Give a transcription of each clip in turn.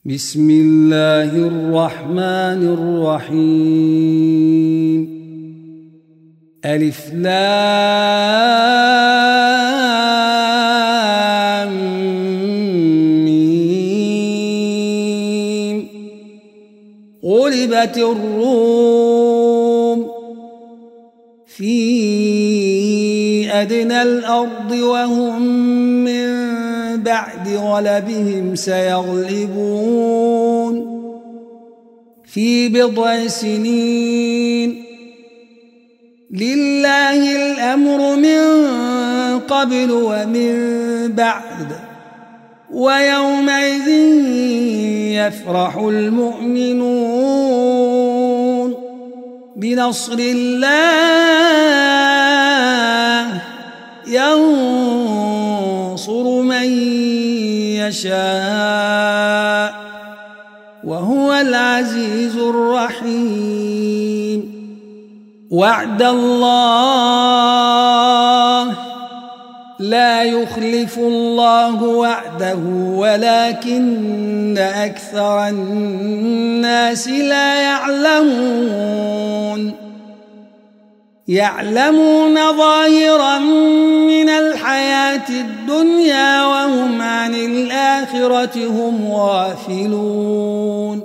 بسم الله الرحمن الرحيم. ألف لام ميم. غلبت الروم في أدنى الأرض وهم من بعد غلبهم سيغلبون في بضع سنين. لله الأمر من قبل ومن بعد ويومئذ يفرح المؤمنون بنصر الله ينصر من يشاء وهو العزيز الرحيم. وعد الله لا يخلف الله وعده ولكن أكثر الناس لا يعلمون ظاهرا من الحياة الدنيا وهم عن الآخرة هم غافلون.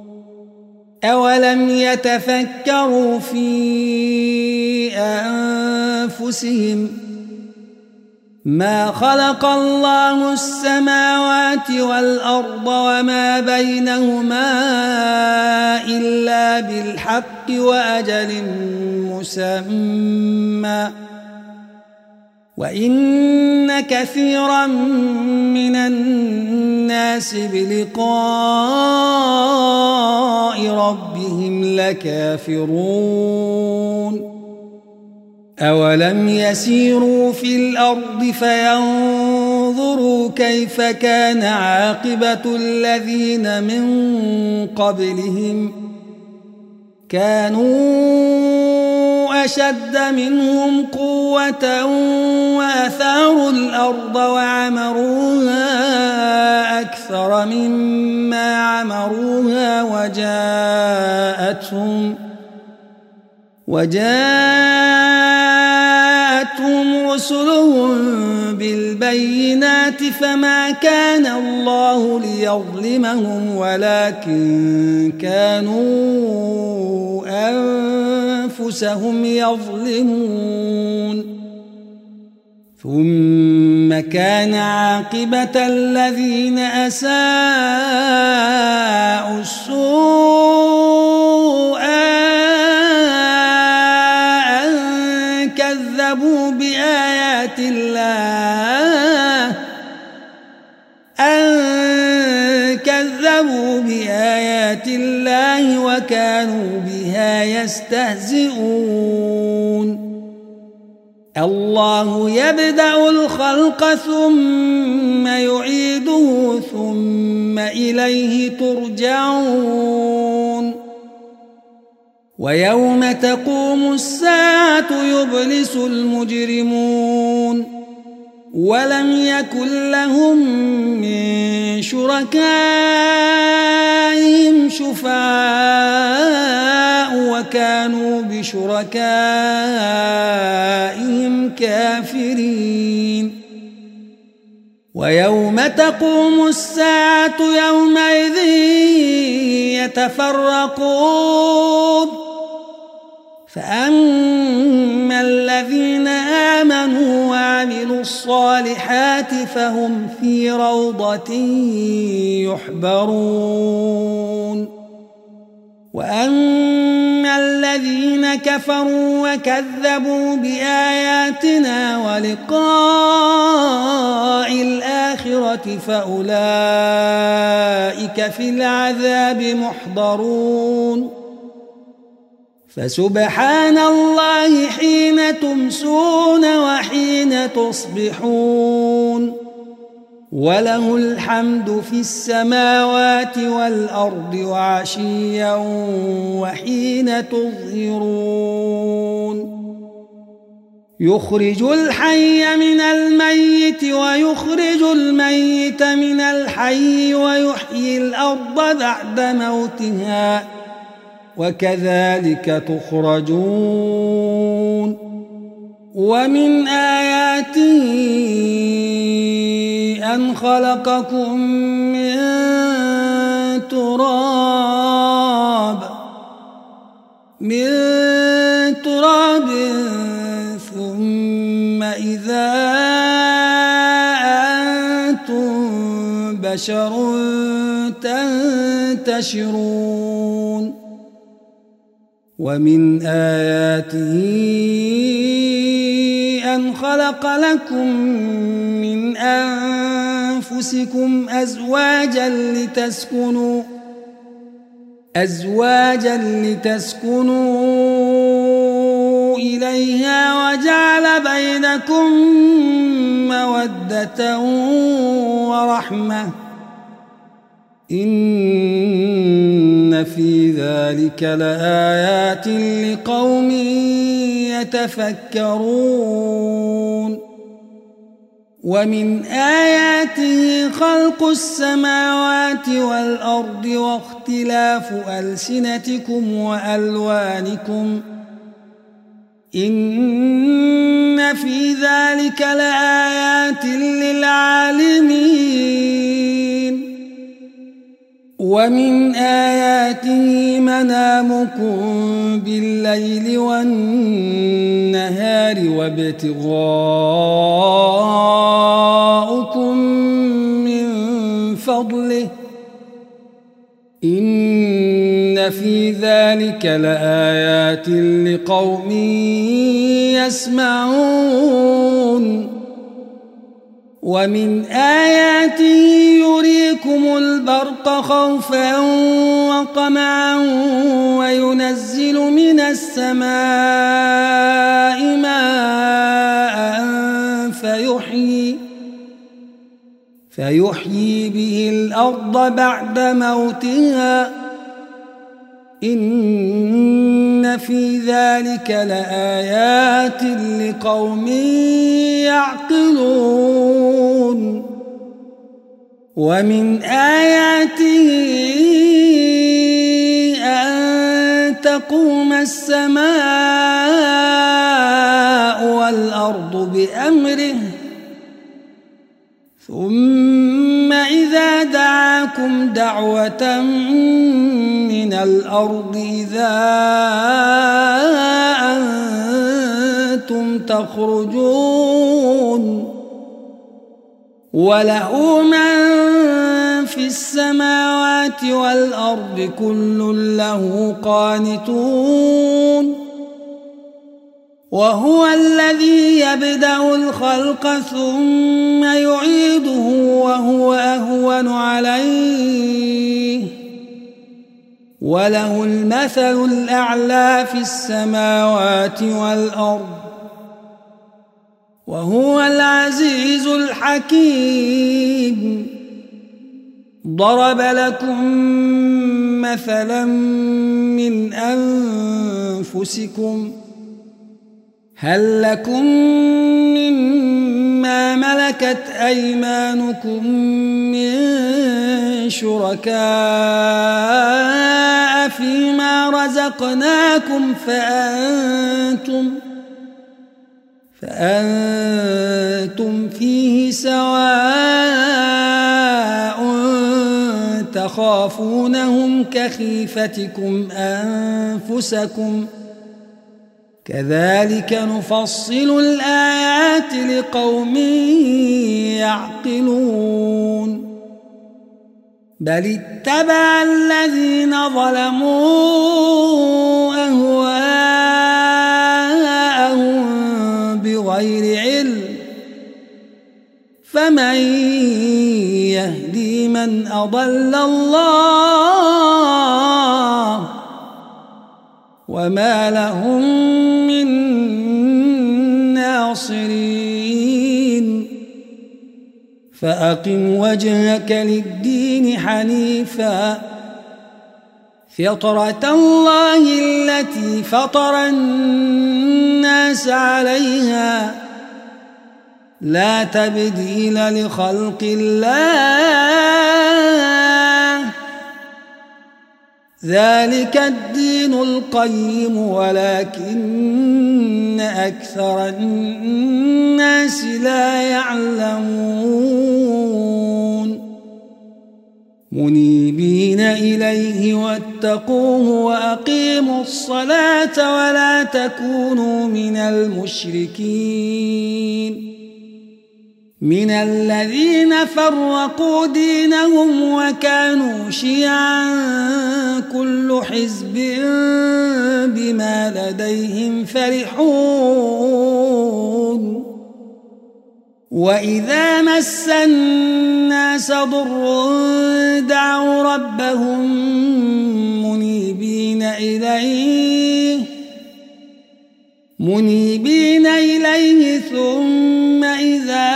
أولم يتفكروا في أنفسهم ما خلق الله السماوات والأرض وما بينهما إلا بالحق وأجل مسمى وإن كثيرا من الناس بلقاء ربهم لكافرون. أولم يسيروا في الأرض فينظروا كيف كان عاقبة الذين من قبلهم كانوا أشد منهم قوة وأثاروا الأرض وعمروها أكثر مما عمروها وجاءتهم رسلهم بالبينات فما كان الله ليظلمهم ولكن كانوا أنفسهم يظلمون. ثم كان عاقبة الذين أساءوا السوء أن كذبوا بآيات الله وكانوا بها يستهزئون. الله يبدأ الخلق ثم يعيده ثم إليه ترجعون. ويوم تقوم الساعة يبلس المجرمون ولم يكن لهم من شركائهم شفعاء وكانوا بشركائهم كافرين. ويوم تقوم الساعة يومئذ يتفرقون فأما الذين آمنوا وعملوا الصالحات فهم في روضة يحبرون. وأما الذين كفروا وكذبوا بآياتنا ولقاء الآخرة فأولئك في العذاب محضرون. فسبحان الله حين تمسون وحين تصبحون وله الحمد في السماوات والأرض وعشيا وحين تظهرون. يخرج الحي من الميت ويخرج الميت من الحي ويحيي الأرض بعد موتها وكذلك تخرجون ومن آياته أن خلقكم من تراب ثم إذا أنتم بشر تنتشرون ومن آياته أن خلق لكم من أنفسكم أزواجا لتسكنوا إليها وجعل بينكم مودة ورحمة إن في ذلك لآيات لقوم يتفكرون ومن آياته خلق السماوات والأرض واختلاف ألسنتكم وألوانكم إن في ذلك لآيات للعالمين ومن آياته منامكم بالليل والنهار وابتغاؤكم من فضله إن في ذلك لآيات لقوم يسمعون ومن آياته يريكم البرق خوفا وطمعا وينزل من السماء ماء فيحيي به الأرض بعد موتها إن في ذلك لآيات لقوم يعقلون ومن آياته أن تقوم السماء والأرض بأمره ثم إذا دعاكم دعوة من الأرض إذا أنتم تخرجون وله من في السماوات والأرض كل له قانتون وهو الذي يبدأ الخلق ثم يعيده وهو أهون عليه وله المثل الأعلى في السماوات والأرض وهو العزيز الحكيم ضرب لكم مثلا من أنفسكم هل لكم مما ملكت أيمانكم من شركاء فيما رزقناكم فأنتم فيه سواء تخافونهم كخيفتكم أنفسكم كذلك نفصل الآيات لقوم يعقلون بل اتبع الذين ظلموا أهواءهم بغير علم فمن يهدي من أضل الله وما لهم من ناصرين فأقم وجهك للدين حنيفا فطرة الله التي فطر الناس عليها لا تبديل لخلق الله ذلك الدين القيم ولكن أكثر الناس لا يعلمون منيبين إليه واتقوه وأقيموا الصلاة ولا تكونوا من المشركين من الذين فرقوا دينهم وكانوا شيعا كل حزب بما لديهم فرحون وإذا مس الناس ضر دعوا ربهم منيبين إليه ثم إذا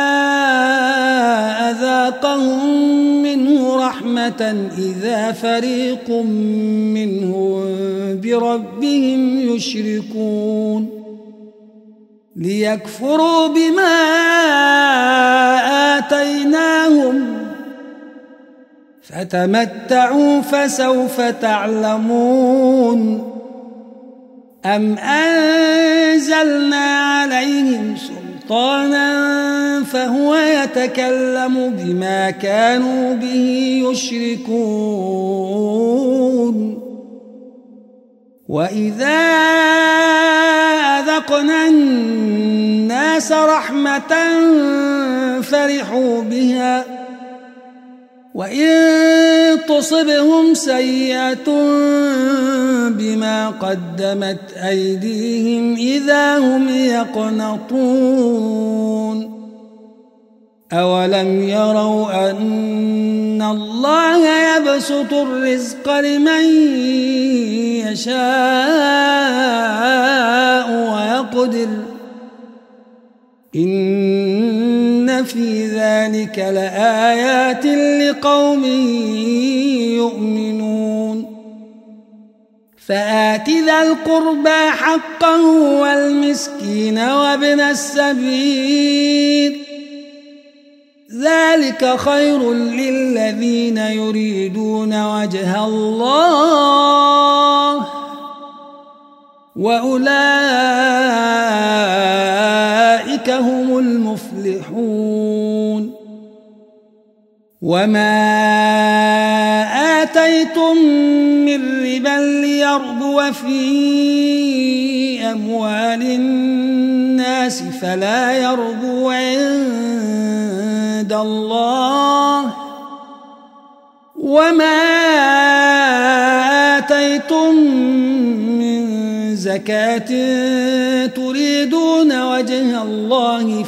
أذاقهم منه رحمة إذا فريق منهم بربهم يشركون ليكفروا بما آتيناهم فتمتعوا فسوف تعلمون أم أنزلنا عليهم سلطانا فهو يتكلم بما كانوا به يشركون وإذا أذقنا الناس رحمة فرحوا بها وإن تصبهم سيئة بما قدمت أيديهم إذا هم يقنطون أولم يروا أن الله يبسط الرزق لمن يشاء ويقدر إن في ذلك لآيات لقوم يؤمنون فآت ذا القربى حقه والمسكين وابن السبيل ذلك خير للذين يريدون وجه الله وأولئك هم المفلحون وما آتيتم من ربا ليربو في أموال الناس فلا يربو عند الله وما آتيتم من زكاة تريدون وجه الله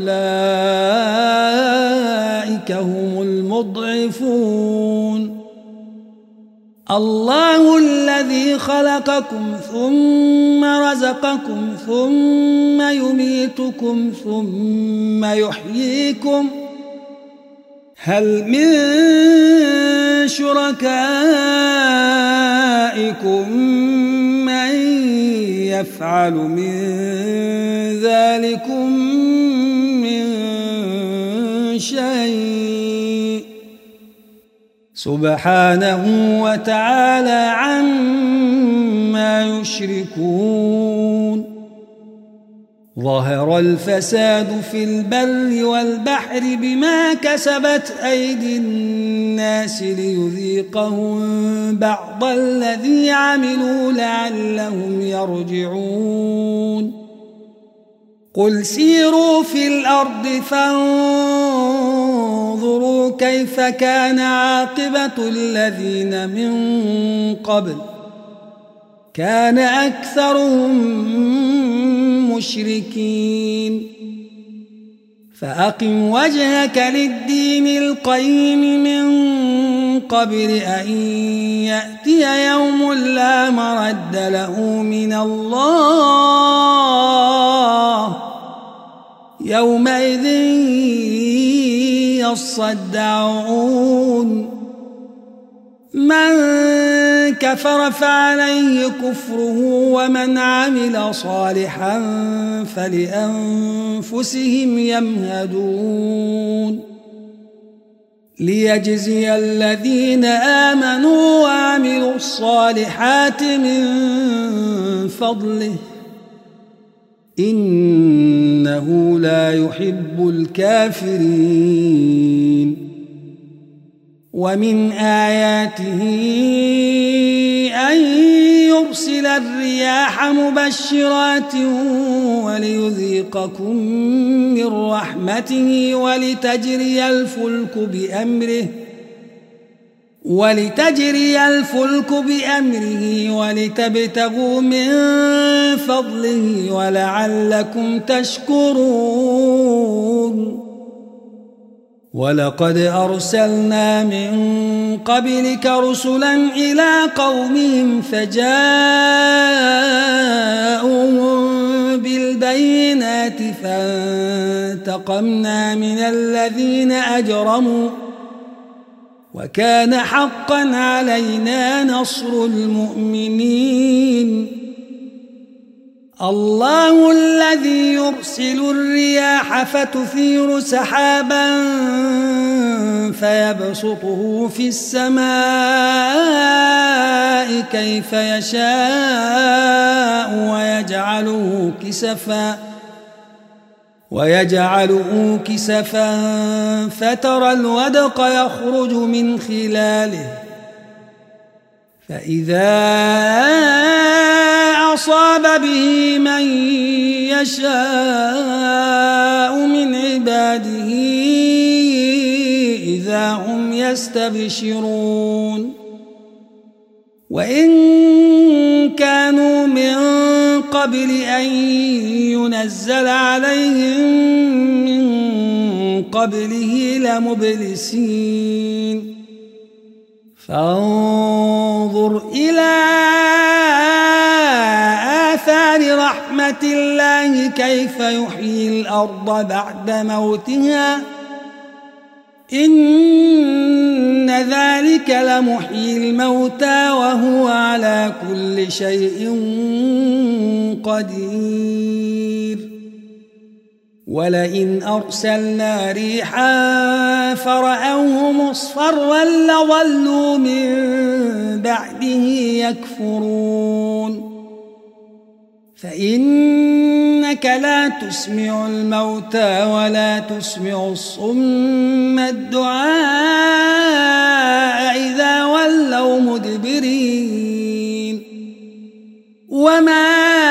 فأولئك هم المضعفون الله الذي خلقكم ثم رزقكم ثم يميتكم ثم يحييكم هل من شركائكم من يفعل من ذلكم من شيء سبحانه وتعالى عما يشركون ظهر الفساد في البر والبحر بما كسبت أيدي الناس ليذيقهم بعض الذي عملوا لعلهم يرجعون قل سيروا في الأرض فانظروا كيف كان عاقبة الذين من قبل كان أكثرهم مشركين فأقم وجهك للدين القيم من قبل أن يأتي يوم لا مرد له من الله يومئذ يصدعون من كفر فعليه كفره ومن عمل صالحا فلأنفسهم يمهدون ليجزي الذين آمنوا وعملوا الصالحات من فضله إنه لا يحب الكافرين ومن آياته أن يرسل الرياح مبشرات وليذيقكم من رحمته ولتجري الفلك بأمره ولتبتغوا من فضله ولعلكم تشكرون ولقد أرسلنا من قبلك رسلا إلى قومهم فجاءوهم بالبينات فانتقمنا من الذين أجرموا وكان حقا علينا نصر المؤمنين الله الذي يرسل الرياح فتثير سحابا فيبسطه في السماء كيف يشاء ويجعله كسفا فترى الودق يخرج من خلاله فإذا أصاب به من يشاء من عباده إذا هم يستبشرون وإن كانوا من قبل أن ينزل عليهم من قبله لمبلسين فانظر إلى آثار رحمة الله كيف يحيي الأرض بعد موتها إن ذلك لمحيي الموتى وهو على كل شيء قدير ولئن أرسلنا ريحا فرأوه مصفرا لظلوا من بعده يكفرون فإنك لا تسمع الموتى ولا تسمع الصم الدعاء إذا ولوا مدبرين وما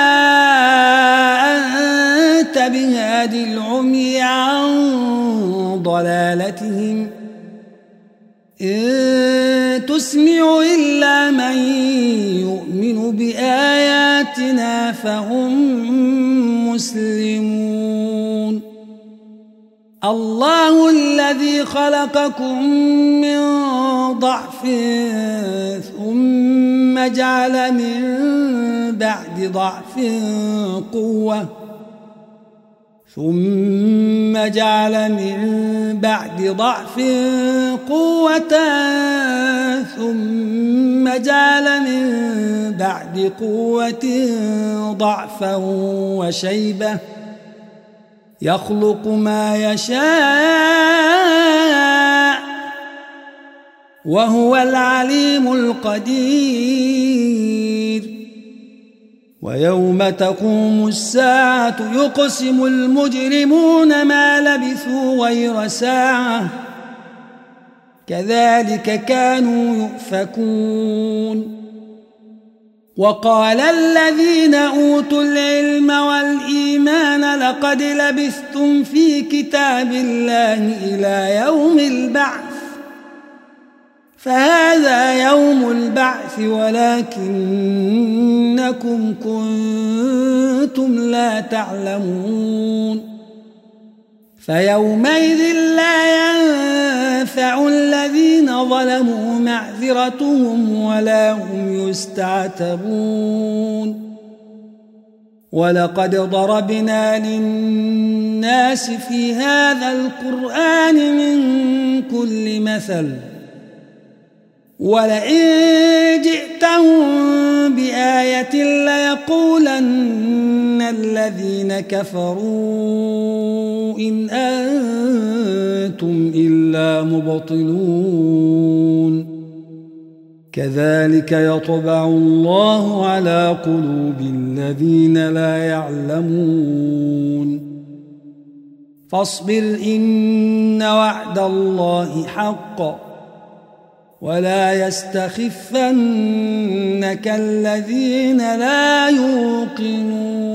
أنت بهاد العمي عن ضلالتهم إن تسمع إلا من يؤمن بآياتنا فهم مسلمون الله الذي خلقكم من ضعف ثم جعل من بعد ضعف قوة ثم جعل من بعد ضعف قوة ثم جعل من بعد قوة ضعفا وشيبة يخلق ما يشاء وهو العليم القدير ويوم تقوم الساعة يقسم المجرمون ما لبثوا غير ساعة كذلك كانوا يؤفكون وقال الذين أوتوا العلم والإيمان لقد لبثتم في كتاب الله إلى يوم البعث فهذا يوم البعث ولكنكم كنتم لا تعلمون فيومئذ لا ينفع الذين ظلموا معذرتهم ولا هم يستعتبون ولقد ضربنا للناس في هذا القرآن من كل مثل ولئن جئتهم بآية ليقولن الذين كفروا إن أنتم إلا مبطلون كذلك يطبع الله على قلوب الذين لا يعلمون فاصبر إن وعد الله حق ولا يستخفنك الذين لا يوقنون